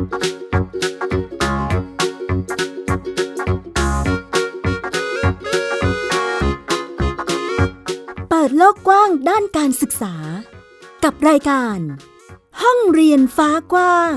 เปิดโลกกว้างด้านการศึกษากับรายการห้องเรียนฟ้ากว้าง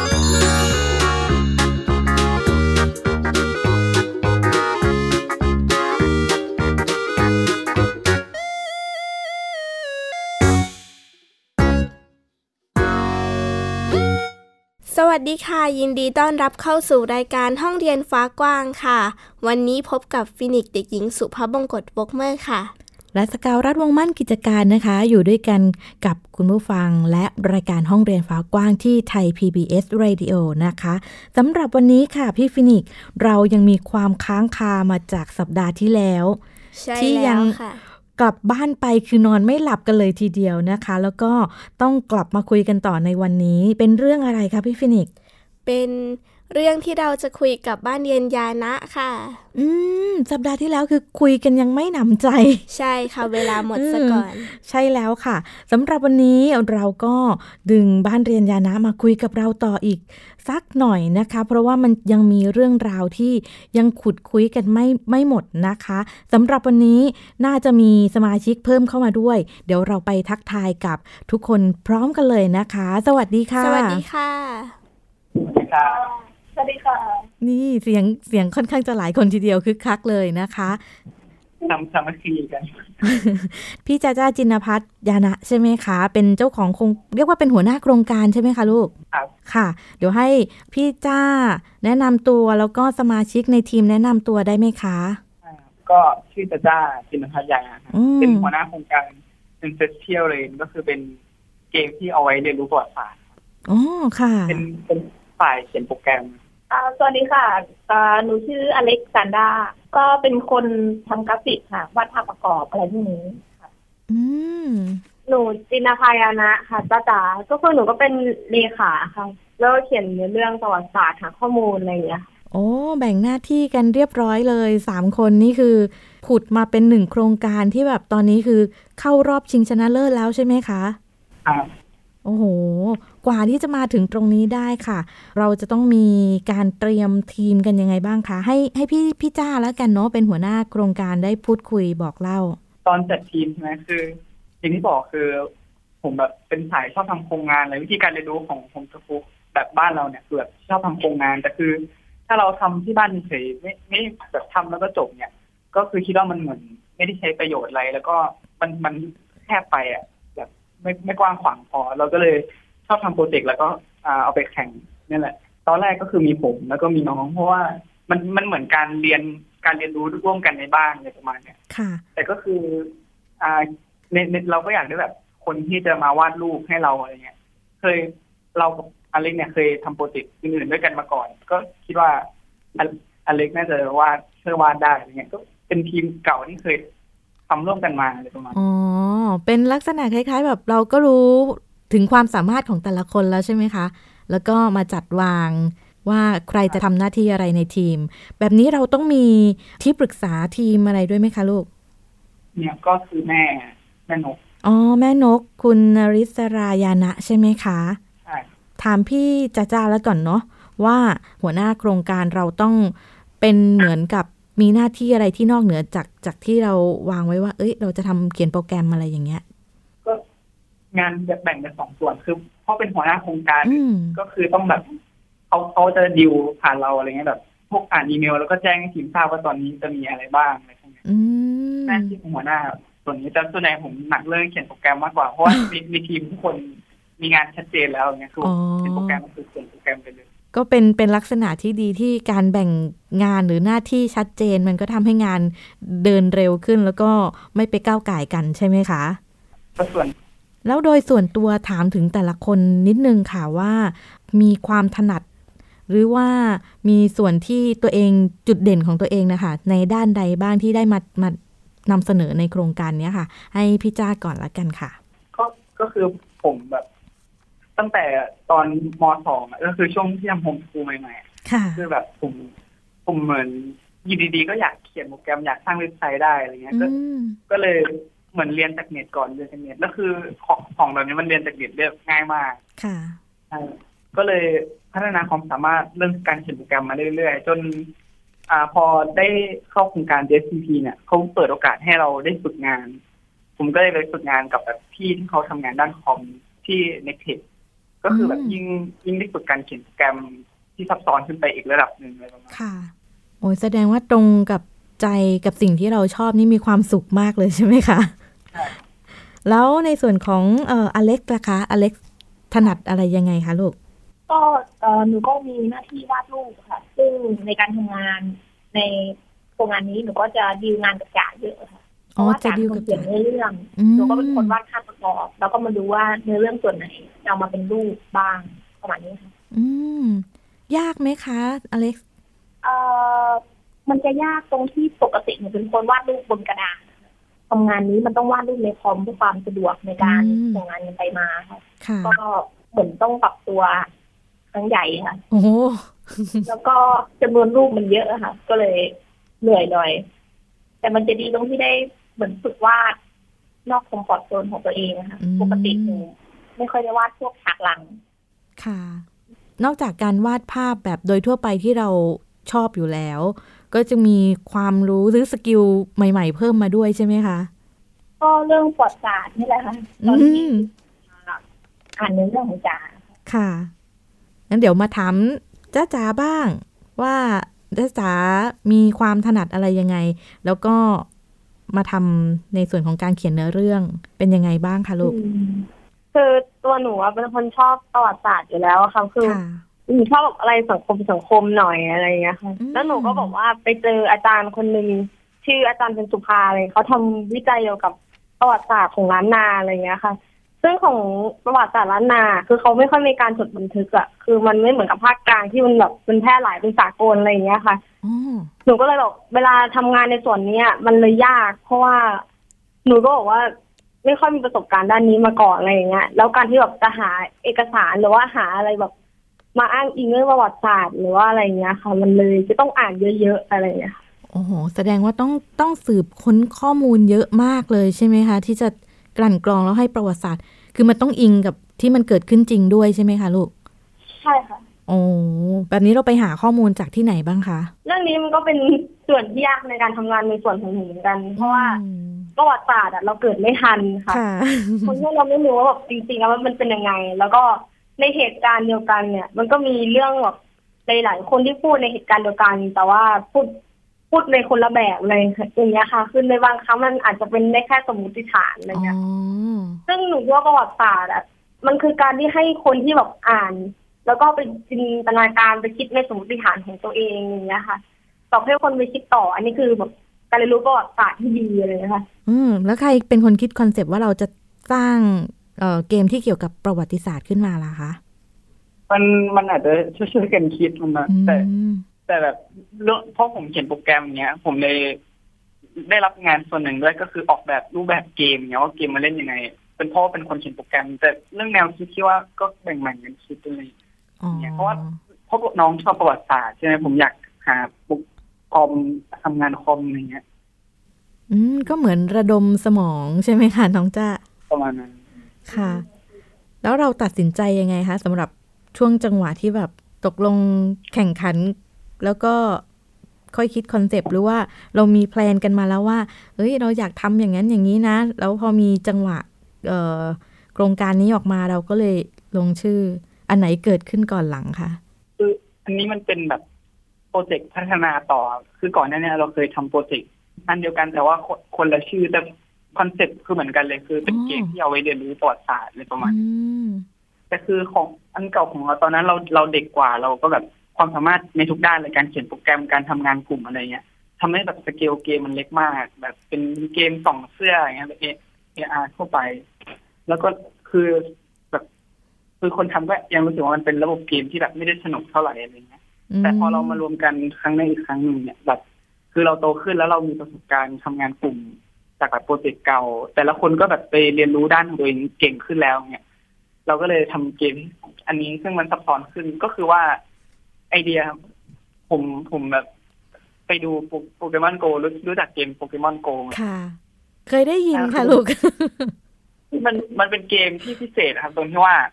สวัสดีค่ะยินดีต้อนรับเข้าสู่รายการห้องเรียนฟ้ากว้างค่ะวันนี้พบกับฟินิกซ์เด็กหญิงสุภาพบงกตวกเมอร์ค่ะและสกาวรัฐวงศ์มั่นกิจการนะคะอยู่ด้วยกันกับคุณผู้ฟังและรายการห้องเรียนฟ้ากว้างที่ไทย PBS Radio นะคะสำหรับวันนี้ค่ะพี่ฟินิกซ์เรายังมีความค้างคามาจากสัปดาห์ที่แล้วที่ยังกลับบ้านไปคือนอนไม่หลับกันเลยทีเดียวนะคะแล้วก็ต้องกลับมาคุยกันต่อในวันนี้เป็นเรื่องอะไรคะพี่ฟินิกซ์เป็นเรื่องที่เราจะคุยกับบ้านเรียนยานะค่ะสัปดาห์ที่แล้วคือคุยกันยังไม่หนำใจใช่ค่ะเวลาหมดซะก่อนใช่แล้วค่ะสำหรับวันนี้เราก็ดึงบ้านเรียนยานะมาคุยกับเราต่ออีกสักหน่อยนะคะเพราะว่ามันยังมีเรื่องราวที่ยังขุดคุยกันไม่หมดนะคะสำหรับวันนี้น่าจะมีสมาชิกเพิ่มเข้ามาด้วยเดี๋ยวเราไปทักทายกับทุกคนพร้อมกันเลยนะคะสวัสดีค่ะสวัสดีค่ะสวัสดีค่ะสวัสดีค่ะนี่เสียงค่อนข้างจะหลายคนทีเดียวคึกคักเลยนะคะสามัคคีกันพี่จ้าจินภัทรยานะใช่ไหมคะเป็นเจ้าของเรียกว่าเป็นหัวหน้าโครงการใช่ไหมคะลูกครับค่ะเดี๋ยวให้พี่จ้าแนะนำตัวแล้วก็สมาชิกในทีมแนะนำตัวได้ไหมคะก็ชื่อจ้าจินภัทรยานะเป็นหัวหน้าโครงการเป็นเฟสเทียลเลยก็คือเป็นเกมที่เอาไว้เรียนรู้ประวัติศาสตร์อ๋อค่ะเป็นฝ่ายเขียนโปรแกรมสวัสดีค่ะหนูชื่ออเล็กซานดราก็เป็นคนทำกราฟิกค่ะวาดภาพประกอบอะไรพวกนี้ค่ะหนูจินภายานะค่ะจ้าก็คือหนูก็เป็นเลขาค่ะแล้วเขียนเรื่องประวัติศาสตร์หาข้อมูลอะไรอย่างเงี้ยโอ้แบ่งหน้าที่กันเรียบร้อยเลย3คนนี่คือผุดมาเป็น1โครงการที่แบบตอนนี้คือเข้ารอบชิงชนะเลิศแล้วใช่ไหมคะโอ้โหกว่าที่จะมาถึงตรงนี้ได้ค่ะเราจะต้องมีการเตรียมทีมกันยังไงบ้างคะให้พี่จ้าแล้วกันเนาะเป็นหัวหน้าโครงการได้พูดคุยบอกเล่าตอนจัดทีมใช่ไหมคืออย่างที่บอกคือผมแบบเป็นสายชอบทำโครงงานเลยวิธีการเรียนรู้ของผมจะฟุกแบบบ้านเราเนี่ยคือแบบชอบทำโครงงานแต่คือถ้าเราทำที่บ้านเฉยไม่แบบทำแล้วก็จบเนี่ยก็คือคิดว่ามันเหมือนไม่ได้ใช้ประโยชน์อะไรแล้วก็มันแคบไปอ่ะแบบไม่กว้างขวางพอเราก็เลยชอบทำโปรเจกต์แล้วก็เอาไปแข่งนี่แหละตอนแรกก็คือมีผมแล้วก็มีน้องเพราะว่ามันเหมือนการเรียนรู้ร่วมกันในบ้านอะไรประมาณเนี้ยค่ะแต่ก็คือเราก็อยากได้แบบคนที่จะมาวาดรูปให้เราอะไรเงี้ยเรากับอเล็กเนี่ยเคยทำโปรเจกต์อื่นๆด้วยกันมาก่อนก็คิดว่าอเล็กน่าจะช่วยวาดได้อะไรเงี้ยก็เป็นทีมเก่าที่เคยทำร่วมกันมาอะไรประมาณอ๋อเป็นลักษณะคล้ายๆแบบเราก็รู้ถึงความสามารถของแต่ละคนแล้วใช่ไหมคะแล้วก็มาจัดวางว่าใครจะทำหน้าที่อะไรในทีมแบบนี้เราต้องมีที่ปรึกษาทีมอะไรด้วยไหมคะลูกเนี่ยก็คือแม่นกอ๋อแม่นกคุณนริศรายานะใช่ไหมคะใช่ถามพี่จ้าแล้วก่อนเนาะว่าหัวหน้าโครงการเราต้องเป็นเหมือนกับมีหน้าที่อะไรที่นอกเหนือจากที่เราวางไว้ว่าเราจะทำเขียนโปรแกรมอะไรอย่างเงี้ยก็งานแบ่งเป็น2ส่วนคือเพราะเป็นหัวหน้าโครงการก็คือต้องแบบเขาจะดิวผ่านเราอะไรเงี้ยแบบพวกอ่านอีเมลแล้วก็แจ้งให้ทีมทราบว่าตอนนี้จะมีอะไรบ้างอะไรพวกนี้หน้าที่ของหัวหน้าส่วนนี้แต่ส่วนใหญ่ผมหนักเรื่องเขียนโปรแกรมมากกว่าเพราะว่ามีทีมทุกคนมีงานชัดเจนแล้วอย่างเงี้ยคือเป็นโปรแกรมก็คือเขียนโปรแกรมไปเลยก็เป็นลักษณะที่ดีที่การแบ่งงานหรือหน้าที่ชัดเจนมันก็ทำให้งานเดินเร็วขึ้นแล้วก็ไม่ไปก้าวก่ายกันใช่ไหมคะก็ส่วนแล้วโดยส่วนตัวถามถึงแต่ละคนนิดนึงค่ะว่ามีความถนัดหรือว่ามีส่วนที่ตัวเองจุดเด่นของตัวเองนะคะในด้านใดบ้างที่ได้มานำเสนอในโครงการนี้ค่ะให้พี่จ้าก่อนละกันค่ะก็คือผมแบบตั้งแต่ตอนม.2 ก็คือช่วงที่ทำโฮมสคูลใหม่ๆคือแบบผมเหมือนอยู่ดีๆก็อยากเขียนโปรแกรมอยากสร้างเว็บไซต์ได้อะไรเงี้ยก็เลยเหมือนเรียนจากเน็ตก่อนเรียนจากเน็ตแล้วคือของแบบนี้มันเรียนจากเน็ตเรียบง่ายมากค่ะก็เลยพพัฒนาความสามารถเรื่องการเขียนโปรแกรมมาเรื่อยๆจนพอได้เข้าโครงการ JSCP เนี่ยเขาเปิดโอกาสให้เราได้ฝึกงานผมก็เลยไปฝึกงานกับแบบพี่ที่เขาทำงานด้านคอมที่ Nextech ก็คือแบบยิ่งได้ฝึกการเขียนโปรแกรมที่ซับซ้อนขึ้นไปอีกระดับหนึ่งอะไรประมาณค่ะโอ้ยแสดงว่าตรงกับใจกับสิ่งที่เราชอบนี่มีความสุขมากเลยใช่ไหมคะใช่แล้วในส่วนของอเล็กซ์ล่ะคะอเล็กซ์ถนัดอะไรยังไงคะลูกก็หนูก็มีหน้าที่วาดรูปค่ะซึ่งในการทำงานในโครงงานนี้หนูก็จะดีลงานกับจ่าเยอะค่ะเพราะว่าจ่าเป็นคนเขียนเนื้อเรื่องหนูก็เป็นคนวาดภาพประกอบแล้วก็มาดูว่าเนื้อเรื่องส่วนไหนเอามาเป็นรูปบ้างประมาณนี้ค่ะยากไหมคะอเล็กซ์มันจะยากตรงที่ปกติหนูเป็นคนวาดรูปบนกระดาษทำงานนี้มันต้องวาดรูปในคอมเพื่อความสะดวกในการส่งงานไปมาค่ะก็เหมือนต้องปรับตัวครั้งใหญ่ค่ะโอ้แล้วก็จำนวนรูปมันเยอะค่ะก็เลยเหนื่อยหน่อยแต่มันจะดีตรงที่ได้เหมือนฝึกวาดนอกคอมฟอร์ตโซนของตัวเองค่ะปกติหนูไม่ค่อยได้วาดพวกฉากหลังค่ะนอกจากการวาดภาพแบบโดยทั่วไปที่เราชอบอยู่แล้วก็จะมีความรู้หรือสกิลใหม่ๆเพิ่มมาด้วยใช่ไหมคะก็เรื่องประวัติศาสตร์นี่แหละค่ะตอนที่อ่านเรื่องของจ๋าค่ะงั้นเดี๋ยวมาถามจ้าจ๋าบ้างว่าจ้าจ๋ามีความถนัดอะไรยังไงแล้วก็มาทำในส่วนของการเขียนเนื้อเรื่องเป็นยังไงบ้างคะลูกคือตัวหนูเป็นคนชอบประวัติศาสตร์อยู่แล้วค่ะคือหนูชอบอะไรสังคมหน่อยอะไรอย่างเงี้ยค่ะแล้วหนูก็บอกว่าไปเจออาจารย์คนนึงชื่ออาจารย์เป็นสุภาเลยเขาทำวิจัยเกี่ยวกับประวัติศาสตร์ของล้านนาอะไรอย่างเงี้ยค่ะซึ่งของประวัติศาสตร์ล้านนาคือเขาไม่ค่อยมีการจดบันทึกอะคือมันไม่เหมือนกับภาคกลางที่มันแบบเป็นแพร่หลายเป็นสากลอะไรอย่างเงี้ยค่ะหนูก็เลยบอกเวลาทำงานในส่วนนี้มันเลยยากเพราะว่าหนูก็บอกว่าไม่ค่อยมีประสบการณ์ด้านนี้มาก่อนอะไรอย่างเงี้ยแล้วการที่แบบจะหาเอกสารหรือว่าหาอะไรแบบมาอ้างอิงเรื่องประวัติศาสตร์หรือว่าอะไรเงี้ยค่ะมันเลยจะต้องอ่านเยอะๆอะไรอย่างเงี้ยโอ้โหแสดงว่าต้องสืบค้นข้อมูลเยอะมากเลยใช่ไหมคะที่จะกลั่นกรองแล้วให้ประวัติศาสตร์คือมันต้องอิงกับที่มันเกิดขึ้นจริงด้วยใช่ไหมคะลูกใช่ค่ะโอ้แบบนี้เราไปหาข้อมูลจากที่ไหนบ้างคะเรื่องนี้มันก็เป็นส่วนที่ยากในการทำงานในส่วนของหนูเหมือนกันเพราะว่าประวัติศาสตร์เราเกิดไม่ทันค่ะคนที่เราไม่รู้ว่าแบบจริงๆแล้วมันเป็นยังไงแล้วก็ในเหตุการณ์เดียวกันเนี่ยมันก็มีเรื่องแบบหลายๆคนที่พูดในเหตุการณ์เดียวกันแต่ว่าพูดในคนละแบบเลยอย่างเงี้ยค่ะคือในบางครั้งมันอาจจะเป็นได้แค่สมมติฐานอะไรเงี้ยซึ่งหนูว่าประวัติศาสตร์มันคือการที่ให้คนที่แบบอ่านแล้วก็ไปจินตนาการไปคิดในสมมติฐานของตัวเองอย่างเงี้ยค่ะตอบให้คนไปคิดต่ออันนี้คือแบบการเรียนรู้ประวัติศาสตร์ที่ดีเลยนะคะแล้วใครเป็นคนคิดคอนเซปต์ว่าเราจะสร้างเกมที่เกี่ยวกับประวัติศาสตร์ขึ้นมาล่ะคะมันอาจจะช่วยกันคิดนะแต่แบบเพราะผมเขียนโปรแกรมเนี้ยผมเลยได้รับงานส่วนหนึ่งด้วยก็คือออกแบบรูปแบบเกมเนี้ยว่าเกมมาเล่นยังไงเป็นเพราะเป็นคนเขียนโปรแกรมแต่เรื่องแนวคิดที่ว่าก็แบ่งกันคิดอะไรเนี่ยเพราะว่าน้องชอบประวัติศาสตร์ใช่ไหมผมอยากหาคอมทำงานคอมอะไรเงี้ยก็เหมือนระดมสมองใช่ไหมคะน้องจ้าประมาณนั้นค่ะแล้วเราตัดสินใจยังไงคะสำหรับช่วงจังหวะที่แบบตกลงแข่งขันแล้วก็ค่อยคิดคอนเซปต์หรือว่าเรามีแพลนกันมาแล้วว่าเฮ้ยเราอยากทำอย่างนั้นอย่างนี้นะแล้วพอมีจังหวะโครงการนี้ออกมาเราก็เลยลงชื่ออันไหนเกิดขึ้นก่อนหลังคะคืออันนี้มันเป็นแบบโปรเจกต์พัฒนาต่อคือก่อนหน้านี้เราเคยทำโปรเจกต์อันเดียวกันแต่ว่าคนละชื่อแต่คอนเซปต์คือเหมือนกันเลยคือเป็นเกมที่เอาไว้เรียนรู้ประวัติศาสตร์อะไรประมาณแต่คือของอันเก่าของเราตอนนั้นเราเด็กกว่าเราก็แบบความสามารถในทุกด้านเลยการเขียนโปรแกรมการทำงานกลุ่มอะไรเงี้ยทำให้แบบสเกลเกมมันเล็กมากแบบเป็นเกมส่องเสื้ออย่างเงี้ยAR เข้าไปแล้วก็คือแบบคือคนทำก็ยังรู้สึกว่ามันเป็นระบบเกมที่แบบไม่ได้สนุกเท่าไหร่อะไรเงี้ยแต่พอเรามารวมกันครั้งในอีกครั้งหนึ่งเนี่ยแบบคือเราโตขึ้นแล้วเรามีประสบการณ์ทำงานกลุ่มจากแบบโปรเจกต์เก่าแต่ละคนก็แบบไปเรียนรู้ด้านของตัวเองเก่งขึ้นแล้วเนี่ยเราก็เลยทำเกมอันนี้ซึ่งมันซับซ้อนขึ้นก็คือว่าไอเดียผมแบบไปดูโปเกมอนโกรู้จักเกมโปเกมอนโกค่ะเคยได้ยินค่ะลูกมันเป็นเกมที่พิเศษครับตรงที่ว่า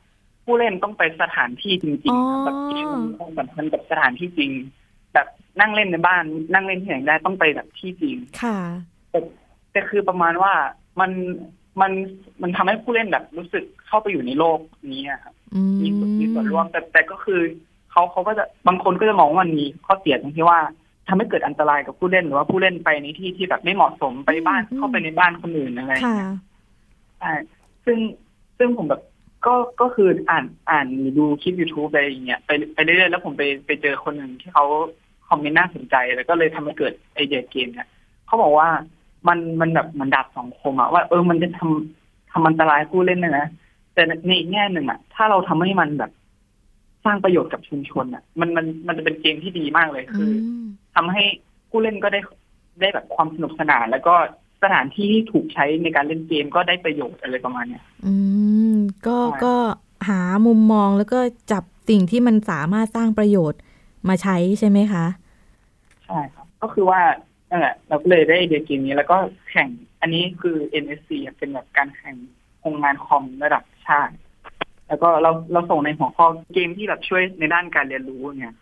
ผู้เล่นต้องไปสถานที่จริงๆแบบเกมมันต้องสำคัญกับสถานที่จริงแบบนั่งเล่นในบ้านนั่งเล่นที่ไหนได้ต้องไปแบบที่จริงค่ะแต่คือประมาณว่ามันทำให้ผู้เล่นแบบรู้สึกเข้าไปอยู่ในโลกนี้ครับมีส่วนร่วมแต่ก็คือเขาก็จะบางคนก็จะมองว่ามันมีข้อเสียตรงที่ว่าทำให้เกิดอันตรายกับผู้เล่นหรือว่าผู้เล่นไปในที่ที่แบบไม่เหมาะสมไปบ้านเข้าไปในบ้านคนอื่นอะไรอย่างเงี้ยใช่ซึ่งผมแบบก็คืออ่านดูคลิป YouTube อะไรอย่างเงี้ยไปเรื่อยๆแล้วผมไปเจอคนหนึ่งที่เขาคอมเมนต์น่าสนใจแล้วก็เลยทำให้เกิดไอเดียเกมเนี่ยเขาบอกว่ามันแบบมันดาบสองคมอะว่ามันจะทำอันตรายผู้เล่นนะแต่ในอีกแง่หนึ่งอะถ้าเราทำให้มันแบบสร้างประโยชน์กับชุมชนอะมันจะเป็นเกมที่ดีมากเลยคือทำให้ผู้เล่นก็ได้แบบความสนุกสนานแล้วก็สถานที่ที่ถูกใช้ในการเล่นเกมก็ได้ประโยชน์อะไรประมาณเนี้ยก็หามุมมองแล้วก็จับสิ่งที่มันสามารถสร้างประโยชน์มาใช้ใช่ไหมคะใช่ครับก็คือว่านั่นแหละเราก็เลยได้ไอเดียเกมนี้แล้วก็แข่งอันนี้คือ NSC เป็นแบบการแข่งโครงงานคอมระดับชาติแล้วก็เราส่งในหัวข้อเกมที่แบบช่วยในด้านการเรียนรู้เนี่ย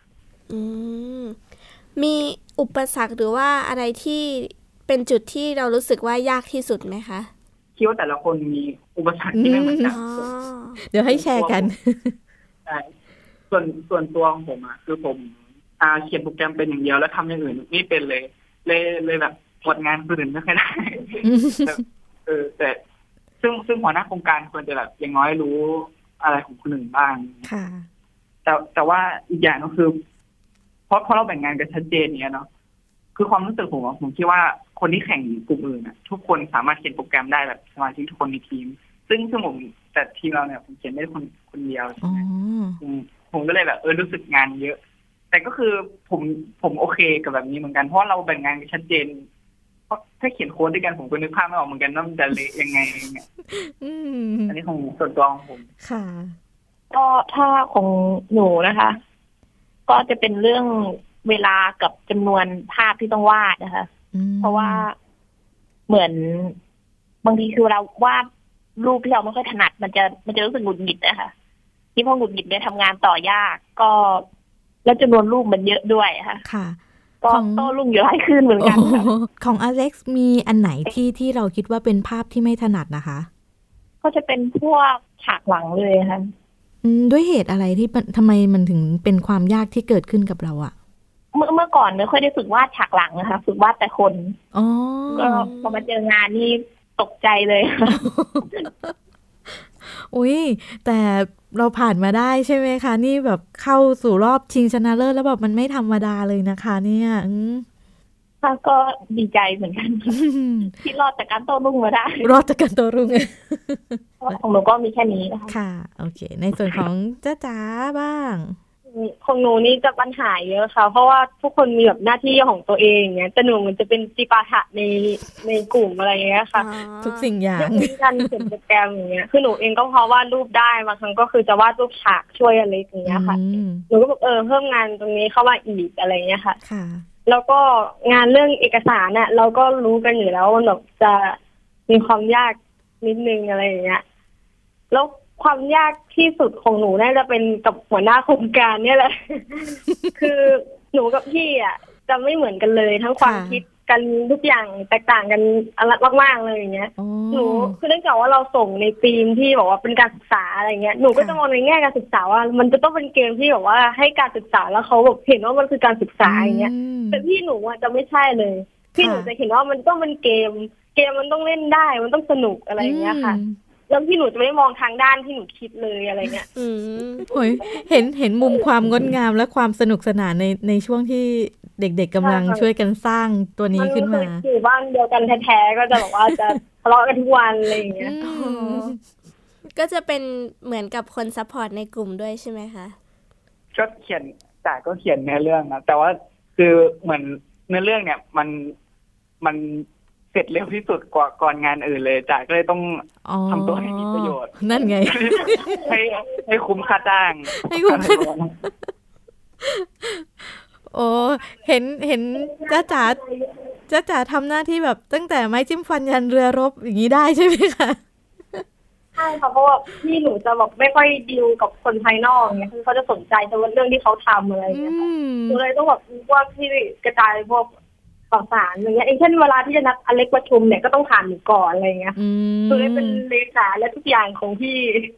มีอุปสรรคหรือว่าอะไรที่เป็นจุดที่เรารู้สึกว่ายากที่สุดไหมคะคิดว่าแต่ละคนมีอุปสรรคที่ไม่เหมือนกันเดี๋ยวให้แชร์กันใช่ส่วนตัวของผมอ่ะคือผมเขียนโปรแกรมเป็นอย่างเดียวแล้วทำอย่างอื่นไม่เป็นเลยแบบกดงานคนอื่นไม่ค่อยได้แต่ซึ่งหัวหน้าโครงการควรจะแบบอย่างน้อยรู้อะไรของคนอื่นบ้างค่ะแต่ว่าอีกอย่างก็คือเพราะเราแบ่งงานกันชัดเจนเนี้ยเนาะคือความรู้สึกผมคิดว่าคนที่แข่งกลุ่มอื่นอ่ะทุกคนสามารถเขียนโปรแกรมได้แบบสมาชิกทุกคนในทีมซึ่งผมแต่ทีมเราเนี่ยผมเขียนได้คนเดียวใช่ไหมผมก็เลยแบบรู้สึกงานเยอะแต่ก็คือผมโอเคกับแบบนี้เหมือนกันเพราะเราแบ่งงานกันชัดเจนเพราะถ้าเขียนโค้ดด้วยกันผมก็นึกภาพไม่ออกเหมือนกันว่ามันจะเละยังไงเนี่ยอันนี้ของส่วนตัวของผมค่ะก็ถ้าของหนูนะคะก็จะเป็นเรื่องเวลากับจำนวนภาพที่ต้องวาดนะคะเพราะว่าเหมือนบางทีคือเราวาดรูปที่เราไม่ค่อยถนัดมันจะรู้สึกหงุดหงิดนะคะที่พอหงุดหงิดเนี่ยทำงานต่อยากก็แล้วจำนวนรูปมันเยอะด้วยค่ะก็โต้รุ่งอยู่หลายคืนเหมือนกันของอเล็กซ์มีอันไหนที่เราคิดว่าเป็นภาพที่ไม่ถนัดนะคะก็จะเป็นพวกฉากหลังเลยค่ะด้วยเหตุอะไรที่ทำไมมันถึงเป็นความยากที่เกิดขึ้นกับเราอะเมื่อก่อนไม่ค่อยได้ฝึกวาดฉากหลังนะคะฝึกวาดแต่คนก็พอมาเจองานนี่ตกใจเลยอุ๊ยแต่เราผ่านมาได้ใช่ไหมคะนี่แบบเข้าสู่รอบชิงชนะเลิศแล้วแบบมันไม่ธรรมดาเลยนะคะเนี่ยก็ดีใจเหมือนกันที่รอดจากการโต้รุ่งมาได้รอดจากการโต้รุ่งของหนูก็มีแค่นี้นะคะค่ะโอเคในส่วนของจ๋าบ้างของหนูนี่จะปัญหาเยอะค่ะเพราะว่าทุกคนมีแบบหน้าที่ของตัวเองเงี้ยแต่หนูมันจะเป็นจิปาถะในกลุ่มอะไรเงี้ยค่ะทุกสิ่งอย่างการเขียนโปรแกรมอย่างเงี้ยคือหนูเองก็พอวาดรูปได้บางครั้งก็คือจะวาดรูปฉากช่วยอะไรอย่างเงี้ยค่ะหนูก็แบบเพิ่มงานตรงนี้เข้ามาอีกอะไรเงี้ยค่ะแล้วก็งานเรื่องเอกสารน่ะเราก็รู้กันอยู่แล้วว่าแบบจะมีความยากนิดนึงอะไรอย่างเงี้ยแล้วความยากที่สุดของหนูน่าจะเป็นกับหัวหน้าโครงการเนี่ยแหละ คือหนูกับพี่อ่ะจะไม่เหมือนกันเลยทั้งความคิดกันทุกอย่างแตกต่างกันมากๆเลยอย่างเงี้ยหนูคือเนื่องจากว่าเราส่งในธีมที่บอกว่าเป็นการศึกษาอะไรเงี้ยหนูก็จะมองในแง่การศึกษาว่ามันจะต้องเป็นเกมที่แบบว่าให้การศึกษาแล้วเขาแบบเห็นว่ามันคือการศึกษาอย่างเงี้ยแต่พี่หนูอ่ะจะไม่ใช่เลยพี่หนูจะเห็นว่ามันต้องเป็นเกมมันต้องเล่นได้มันต้องสนุกอะไรอย่างเงี้ยค่ะแล้วพี่หนูจะไม่มองทางด้านที่หนูคิดเลยอะไรเงี้ยโอ้ยเห็นมุมความงดงามและความสนุกสนานในช่วงที่เด็กๆกำลังช่วยกันสร้างตัวนี้ขึ้นมาอยู่บ้านเดียวกันแท้ๆก็จะบอกว่าจะทะเลาะกันทุกวันอะไรอย่างเงี้ยก็จะเป็นเหมือนกับคนซัพพอร์ตในกลุ่มด้วยใช่ไหมคะก็เขียนแต่ก็เขียนเนื้อเรื่องนะแต่ว่าคือเหมือนเนื้อเรื่องเนี่ยมันเสร็จเร็วที่สุดกว่าก่อนงานอื่นเลยจ่าก็เลยต้องทำตัวให้มีประโยชน์นั่นไงให้คุ้มค่าจ้างให้คุ้มค่าโอ้เห็นจ้าจ๋าทำหน้าที่แบบตั้งแต่ไม้จิ้มฟันยันเรือรบอย่างนี้ได้ใช่ไหมคะใช่ช่ค่ะเพราะว่าพี่หนูจะแบบไม่ค่อยดีลกับคนภายนอกเนี่ยคือเขาจะสนใจแต่ว่าเรื่องที่เขาทำอะไรอย่างเงี้ยค่ะหนูเลยต้องแบบว่าที่กระจายพวกข่าวสารอย่างเงี้ยเช่นเวลาที่จะนัดอเล็กประชุมเนี่ยก็ต้องถามหนูก่อนอะไรเงี้ยหนูเลยเป็นเลขาและทุกอย่างของพี่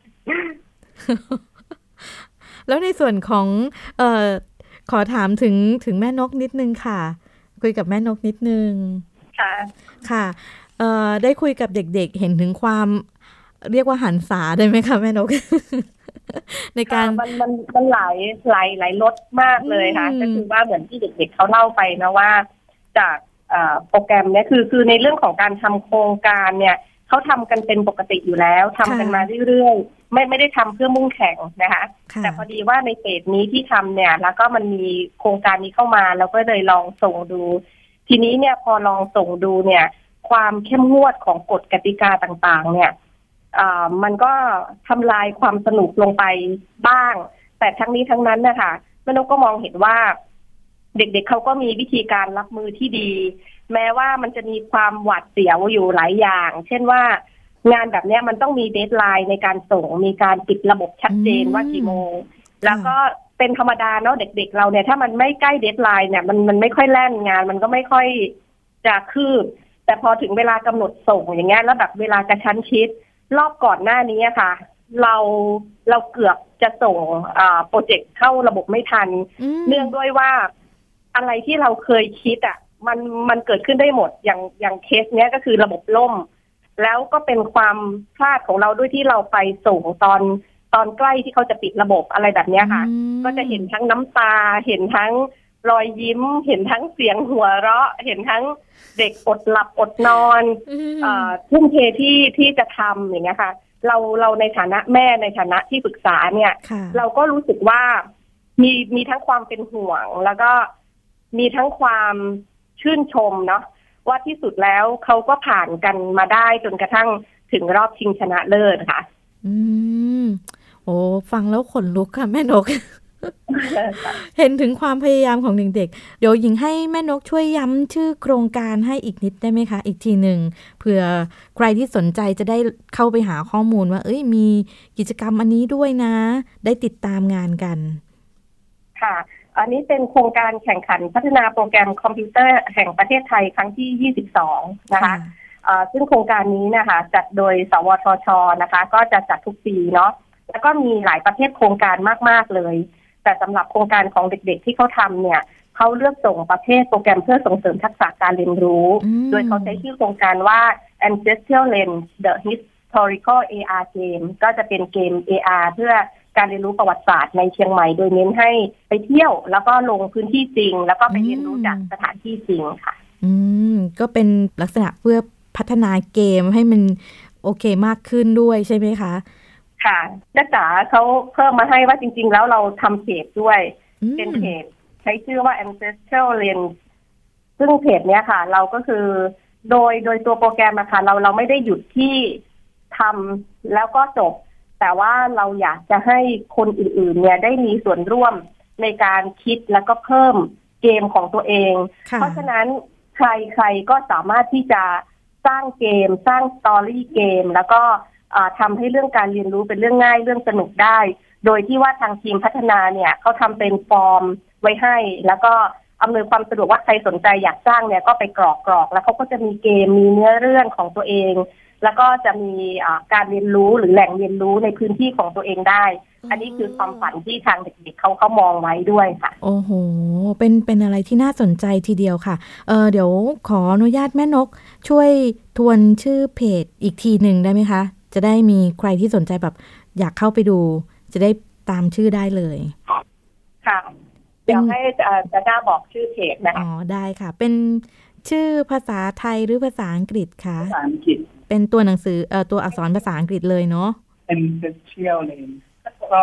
แล้วในส่วนของขอถามถึงแม่นกนิดนึงค่ะคุยกับแม่นกนิดนึงค่ะได้คุยกับเด็กๆเห็นถึงความเรียกว่าหันษาได้ไหมคะแม่นก ในการมันหลายรสมากเลยค่ะก็คือว่าเหมือนที่เด็กๆเขาเล่าไปนะว่าจากโปรแกรมเนี้ยคือในเรื่องของการทำโครงการเนี่ยเขาทำกันเป็นปกติอยู่แล้วทำกันมาเรื่อยๆไม่ได้ทำเพื่อมุ่งแข่งนะคะแต่พอดีว่าในเฟสนี้ที่ทำเนี่ยแล้วก็มันมีโครงการนี้เข้ามาเราก็เลยลองส่งดูทีนี้เนี่ยพอลองส่งดูเนี่ยความเข้มงวดของกฎกติกาต่างๆเนี่ยมันก็ทำลายความสนุกลงไปบ้างแต่ทั้งนี้ทั้งนั้นนะคะแม่นกก็มองเห็นว่าเด็กๆเขาก็มีวิธีการรับมือที่ดีแม้ว่ามันจะมีความหวาดเสียวอยู่หลายอย่างเช่นว่างานแบบนี้มันต้องมีเดดไลน์ในการส่งมีการปิดระบบชัดเจนว่ากี่โมงแล้วก็เป็นธรรมดาเนาะเด็กๆเราเนี่ยถ้ามันไม่ใกล้เดดไลน์เนี่ยมันไม่ค่อยแล่นงานมันก็ไม่ค่อยจะคืบแต่พอถึงเวลากำหนดส่งอย่างเงี้ยแล้วแบบเวลากระชั้นชิดรอบก่อนหน้านี้ค่ะเราเกือบจะส่งโปรเจกต์เข้าระบบไม่ทันเนื่องด้วยว่าอะไรที่เราเคยคิดอ่ะมันเกิดขึ้นได้หมดอย่างเคสเนี้ยก็คือระบบล่มแล้วก็เป็นความพลาดของเราด้วยที่เราไปส่งตอนใกล้ที่เขาจะปิดระบบอะไรแบบนี้ค่ะก็จะเห็นทั้งน้ำตาเห็นทั้งรอยยิ้มเห็นทั้งเสียงหัวเราะเห็นทั้งเด็กอดหลับอดนอนทุ่มเทที่จะทำอย่างเงี้ยค่ะเราในฐานะแม่ในฐานะที่ปรึกษาเนี่ยเราก็รู้สึกว่ามีทั้งความเป็นห่วงแล้วก็มีทั้งความชื่นชมเนาะว่าที่สุดแล้วเขาก็ผ่านกันมาได้จนกระทั่งถึงรอบชิงชนะเลิศค่ะโอ้ฟังแล้วขนลุกค่ะแม่นก เห็นถึงความพยายามของเด็กๆเดี๋ยวหญิงให้แม่นกช่วยย้ำชื่อโครงการให้อีกนิดได้ไหมคะอีกทีหนึ่งเผื่อใครที่สนใจจะได้เข้าไปหาข้อมูลว่ามีกิจกรรมอันนี้ด้วยนะได้ติดตามงานกันค่ะอันนี้เป็นโครงการแข่งขันพัฒนาโปรแกรมคอมพิวเตอร์แห่งประเทศไทยครั้งที่22นะคะซึ่งโครงการนี้นะคะจัดโดยสวทช.นะคะก็จะจัดทุกปีเนาะแล้วก็มีหลายประเภทโครงการมากๆเลยแต่สำหรับโครงการของเด็กๆที่เขาทำเนี่ยเขาเลือกส่งประเภทโปรแกรมเพื่อส่งเสริมทักษะการเรียนรู้โดยเขาใช้ชื่อโครงการว่า Ancestral Lens The Historical AR Game ก็จะเป็นเกม AR เพื่อการเรียนรู้ประวัติศาสตร์ในเชียงใหม่โดยเน้นให้ไปเที่ยวแล้วก็ลงพื้นที่จริงแล้วก็ไปเรียนรู้จากสถานที่จริงค่ะก็เป็นลักษณะเพื่อพัฒนาเกมให้มันโอเคมากขึ้นด้วยใช่ไหมคะค่ะนักศึกษาเขาเพิ่มมาให้ว่าจริงๆแล้วเราทำเพจด้วยเป็นเพจใช้ชื่อว่า Ancestral Lens ซึ่งเพจเนี้ยค่ะเราก็คือโดยตัวโปรแกรมนะคะเราไม่ได้หยุดที่ทำแล้วก็จบแต่ว่าเราอยากจะให้คนอื่นๆเนี่ยได้มีส่วนร่วมในการคิดแล้วก็เพิ่มเกมของตัวเองเพราะฉะนั้นใครก็สามารถที่จะสร้างเกมสร้างสตอรี่เกมแล้วก็ทำให้เรื่องการเรียนรู้เป็นเรื่องง่ายเรื่องสนุกได้โดยที่ว่าทางทีมพัฒนาเนี่ยเขาทำเป็นฟอร์มไว้ให้แล้วก็อำนวยความสะดวกว่าใครสนใจอยากสร้างเนี่ยก็ไปกรอกแล้วเขาก็จะมีเกมมีเนื้อเรื่องของตัวเองแล้วก็จะมีการเรียนรู้หรือแหล่งเรียนรู้ในพื้นที่ของตัวเองได้อันนี้คือความฝันที่ทางเด็กๆเขามองไว้ด้วยค่ะโอ้โหเป็นอะไรที่น่าสนใจทีเดียวค่ะเดี๋ยวขออนุญาตแม่นกช่วยทวนชื่อเพจอีกทีหนึ่งได้ไหมคะจะได้มีใครที่สนใจแบบอยากเข้าไปดูจะได้ตามชื่อได้เลยค่ะเดี๋ยวให้จะได้บอกชื่อเพจนะคะได้ค่ะเป็นชื่อภาษาไทยหรือภาษาอังกฤษคะภาษาอังกฤษเป็นตัวหนังสือตัวอักษรภาษาอังกฤษเลยเนาะ Ancestral Lens ก็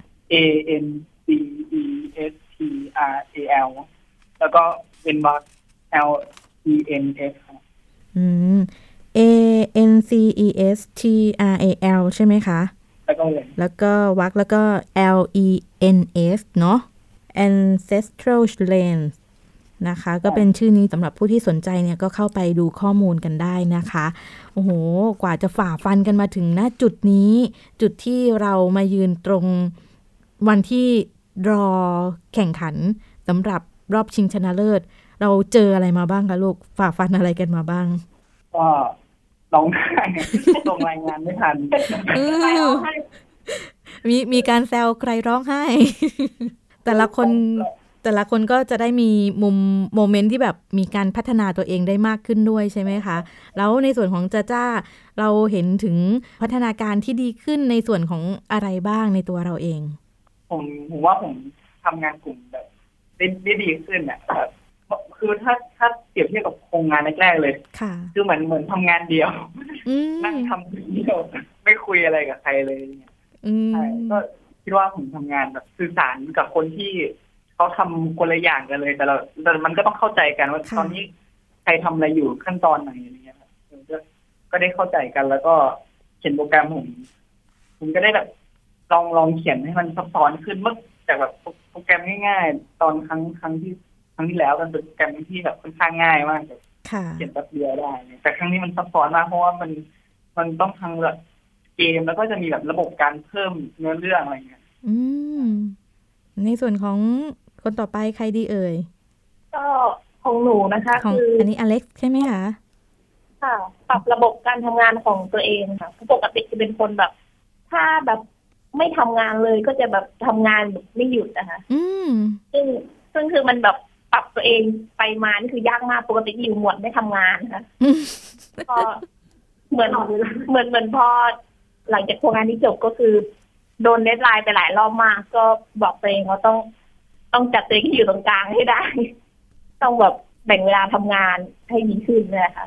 ANCESTRAL แล้วก็เป็นวรรค LENS ANCESTRAL ใช่ไหมคะแล้วก็วรรคแล้วก็ LENS เนาะ Ancestral Lens นะคะก็เป็นชื่อนี้สำหรับผู้ที่สนใจเนี่ยก็เข้าไปดูข้อมูลกันได้นะคะโอ้โหกว่าจะฝ่าฟันกันมาถึงณจุดนี้จุดที่เรามายืนตรงวันที่รอแข่งขันสำหรับรอบชิงชนะเลิศเราเจออะไรมาบ้างคะลูกฝ่าฟันอะไรกันมาบ้างก็ร้องไห้ส่งรายงานไม่ทันมีการแซวใครร้องไห้ แต่ละคนก็จะได้มีโมเมนต์ที่แบบมีการพัฒนาตัวเองได้มากขึ้นด้วยใช่ไหมคะแล้วในส่วนของจ้าเราเห็นถึงพัฒนาการที่ดีขึ้นในส่วนของอะไรบ้างในตัวเราเองผมว่าผมทำงานกลุ่มแบบได้ดีขึ้นอ่ะแบบคือถ้าเปรียบเทียบกับโครงงานแรกๆเลยคือเหมือนทำงานเดียวนั่งทำคนเดียวไม่คุยอะไรกับใครเลยใช่ก็คิดว่าผมทำงานแบบสื่อสารกับคนที่เขาทำคนละอย่างกันเลยแต่มันก็ต้องเข้าใจกันว่าตอนนี้ใครทำอะไรอยู่ขั้นตอนไหนอะไรเงี้ยครับก็ได้เข้าใจกันแล้วก็เขียนโปรแกรมผมก็ได้แบบลองเขียนให้มันซับซ้อนขึ้นเมื่อจากแบบโปรแกรมง่ายๆตอนครั้งที่แล้วกันเป็นโปรแกรมที่แบบค่อนข้างง่ายมากแบบเขียนแป๊บเดียวได้แต่ครั้งนี้มันซับซ้อนมากเพราะว่ามันต้องทั้งแบบเกมแล้วก็จะมีแบบระบบการเพิ่มเนื้อเรื่องอะไรเงี้ยในส่วนของคนต่อไปใครดีเอ่ยก็ของหนูนะคะคืออันนี้อเล็กซ์ใช่ไหมคะค่ะปรับระบบการทำงานของตัวเองค่ะปกติจะเป็นคนแบบถ้าแบบไม่ทำงานเลยก็จะแบบทำงานแบบไม่หยุดนะคะซึ่งคือมันแบบปรับตัวเองไปมานี่คือยากมากปกติอยู่หมวดไม่ทำงานค่ะพอเหมือนพอหลังจากโครงงานนี้จบก็คือโดนเดดไลน์ไปหลายรอบมากก็บอกตัวเองว่าต้องจัดตัวเองที่อยู่ตรงกลางให้ได้ต้องแบบแบ่งเวลาทำงานให้ดีขึ้นเลยค่ะ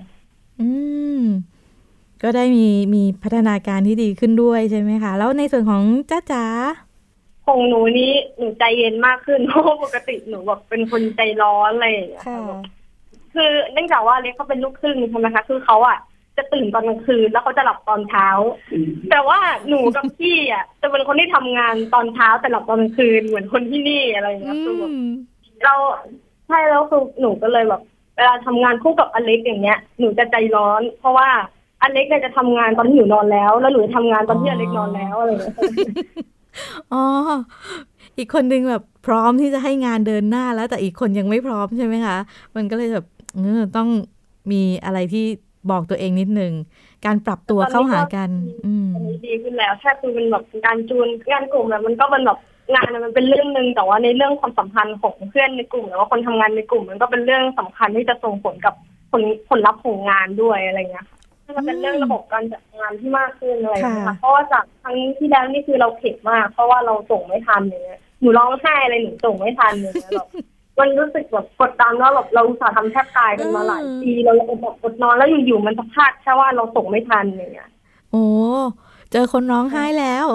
ก็ได้มีพัฒนาการที่ดีขึ้นด้วยใช่ไหมคะแล้วในส่วนของจ้าของหนูนี้หนูใจเย็นมากขึ้นเพราะปกติหนูแบบเป็นคนใจร้อนอะไรอย่างเงี้ยคือเนื่องจากว่าเล็กเขาเป็นลูกครึ่งใช่ไหมคะคือเขาจะตื่นตอนกลางคืนแล้วเขาจะหลับตอนเช้าแต่ว่าหนูกับพี่จะเป็นคนที่ทำงานตอนเช้าแต่หลับตอนกลางคืนเหมือนคนที่นี่อะไรอย่างเงี้ยคือแบบเราใช่แล้วคือหนูก็เลยแบบเวลาทำงานคู่กับอเล็กอย่างเงี้ยหนูจะใจร้อนเพราะว่าอเล็กจะทำงานตอนที่หนูนอนแล้วหนูทำงานตอนที่อเล็กนอนแล้วอะไรอย่างเงี้ยอ๋ออีกคนนึงแบบพร้อมที่จะให้งานเดินหน้าแล้วแต่อีกคนยังไม่พร้อมใช่ไหมคะมันก็เลยแบบต้องมีอะไรที่บอกตัวเองนิดนึงการปรับตัวเข้าหากันอันนี้ดีขึ้นแล้วแค่คือเป็นแบบการจูนงานกลุ่มมันก็เป็นแบบงานมันเป็นเรื่องนึงแต่ว่าในเรื่องความสัมพันธ์ของเพื่อนในกลุ่มหรือว่าคนทำงานในกลุ่มมันก็เป็นเรื่องสำคัญที่จะส่งผลกับผลลัพธ์ของงานด้วยอะไรเงี้ยมันเป็นเรื่องระบบการจัดงานที่มากขึ้นอะไรนะคะเพราะว่าจากครั้งที่แล้วนี่คือเราเข็ดมากเพราะว่าเราส่งไม่ทันอย่างเงี้ยหนูร้องไห้อะไรหนูส่งไม่ทันอย่างเงี้ยแบบมันรู้สึกแบบกดดันว่าแบบเราอุตส่าห์ทำแทบตายกันมาหลายปีเราอดนอนแล้วอยู่ๆมันจะพลาดแค่ว่าเราส่งไม่ทันอย่างเงี้ยโอ้เจอคนร้องไห้แล้ว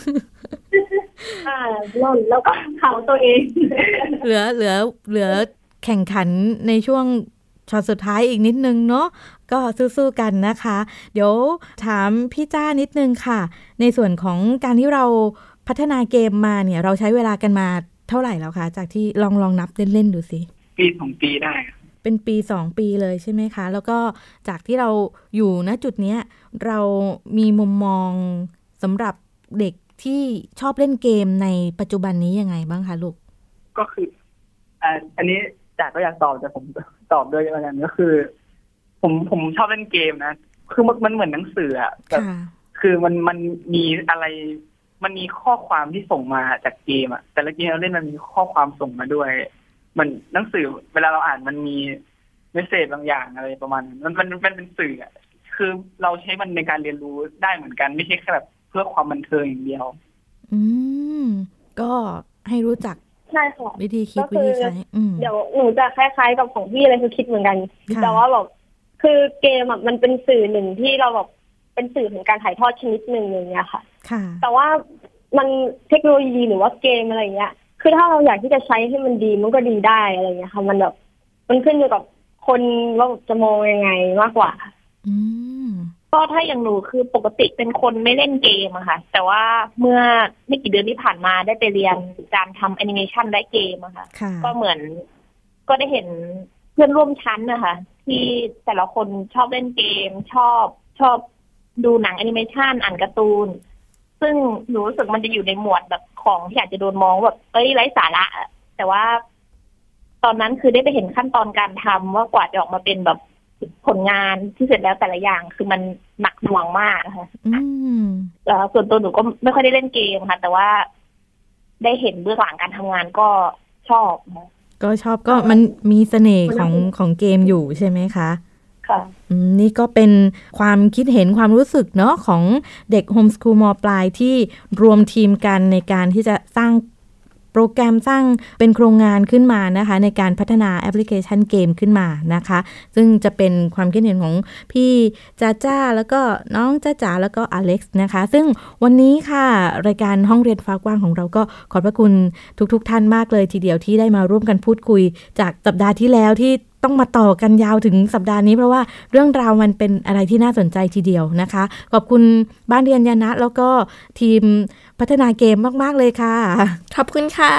แล้วก็เผาตัวเองเหลือแข่งขันในช่วงช็อตสุดท้ายอีกนิดนึงเนาะก็สู้ๆกันนะคะเดี๋ยวถามพี่จ้านิดนึงค่ะในส่วนของการที่เราพัฒนาเกมมาเนี่ยเราใช้เวลากันมาเท่าไหร่แล้วคะจากที่ลองนับเล่นๆดูสิปี2 ปีได้เป็นปี2 ปีเลยใช่ไหมคะแล้วก็จากที่เราอยู่ณจุดเนี้ยเรามีมุมมองสำหรับเด็กที่ชอบเล่นเกมในปัจจุบันนี้ยังไงบ้างคะลูกก็คืออันนี้จากก็อยากตอบแต่ผมตอบด้วยกันก็คือผมชอบเล่นเกมนะคือมันเหมือนหนังสืออะแบบคือมันมีอะไรมันมีข้อความที่ส่งมาจากเกมอะแต่ละเกมเราเล่นมันมีข้อความส่งมาด้วยมันหนังสือเวลาเราอ่านมันมีเมสเสจบางอย่างอะไรประมาณมันเป็นสื่ออะคือเราใช้มันในการเรียนรู้ได้เหมือนกันไม่ใช่แค่แบบเพื่อความบันเทิงอย่างเดียวก็ให้รู้จักใช่ค่ะวิธีคิดวิธีใช้เดี๋ยวหนูจะคล้ายๆกับของพี่เลยคือคิดเหมือนกันแต่ว่าแบบคือเกมมันเป็นสื่อหนึ่งที่เราแบบเป็นสื่อของการถ่ายทอดชนิดหนึ่งอย่างเงี้ยค่ะแต่ว่ามันเทคโนโลยีหรือว่าเกมอะไรเงี้ยคือถ้าเราอยากที่จะใช้ให้มันดีมันก็ดีได้อะไรเงี้ยค่ะมันแบบมันขึ้นอยู่กับคนว่าจะมองยังไงมากกว่าก็ถ้าอย่างหนูคือปกติเป็นคนไม่เล่นเกมอะค่ะแต่ว่าเมื่อไม่กี่เดือนที่ผ่านมาได้ไปเรียนการทำแอนิเมชันและเกมอะค่ะก็เหมือนก็ได้เห็นเพื่อนร่วมชั้นนะคะที่แต่ละคนชอบเล่นเกมชอบดูหนังแอนิเมชันอ่านการ์ตูนซึ่งหนูรู้สึกมันจะอยู่ในหมวดแบบของที่อาจจะโดนมองแบบไร้สาระแต่ว่าตอนนั้นคือได้ไปเห็นขั้นตอนการทำว่ากว่าจะออกมาเป็นแบบผลงานที่เสร็จแล้วแต่ละอย่างคือมันหนักหน่วงมากค่ะส่วนตัวหนูก็ไม่ค่อยได้เล่นเกมค่ะแต่ว่าได้เห็นเบื้องหลังการทำงานก็ชอบก็มันมีเสน่ห์ของเกมอยู่ใช่ไหมคะค่ะนี่ก็เป็นความคิดเห็นความรู้สึกเนาะของเด็กโฮมสคูลม.ปลายที่รวมทีมกันในการที่จะสร้างโปรแกรมสร้างเป็นโครงงานขึ้นมานะคะในการพัฒนาแอปพลิเคชันเกมขึ้นมานะคะซึ่งจะเป็นความคิดเห็นของพี่จ้าแล้วก็น้องจ๋าแล้วก็อเล็กซ์นะคะซึ่งวันนี้ค่ะรายการห้องเรียนฟ้ากว้างของเราก็ขอบพระคุณทุกท่านมากเลยทีเดียวที่ได้มาร่วมกันพูดคุยจากสัปดาห์ที่แล้วที่ต้องมาต่อกันยาวถึงสัปดาห์นี้เพราะว่าเรื่องราวมันเป็นอะไรที่น่าสนใจทีเดียวนะคะขอบคุณบ้านเรียนยานะแล้วก็ทีมพัฒนาเกมมากๆเลยค่ะขอบคุณค่ะ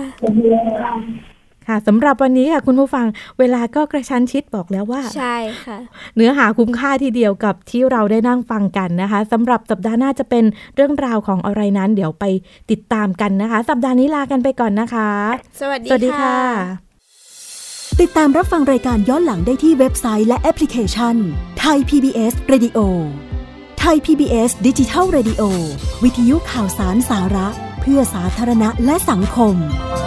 ค่ะสำหรับวันนี้ค่ะคุณผู้ฟังเวลาก็กระชั้นชิดบอกแล้วว่าใช่ค่ะเนื้อหาคุ้มค่าทีเดียวกับที่เราได้นั่งฟังกันนะคะสำหรับสัปดาห์หน้าจะเป็นเรื่องราวของอะไรนั้นเดี๋ยวไปติดตามกันนะคะสัปดาห์นี้ลากันไปก่อนนะคะสวัสดีค่ะติดตามรับฟังรายการย้อนหลังได้ที่เว็บไซต์และแอปพลิเคชัน Thai PBS Radio Thai PBS Digital Radio วิทยุข่าวสารสาระเพื่อสาธารณะและสังคม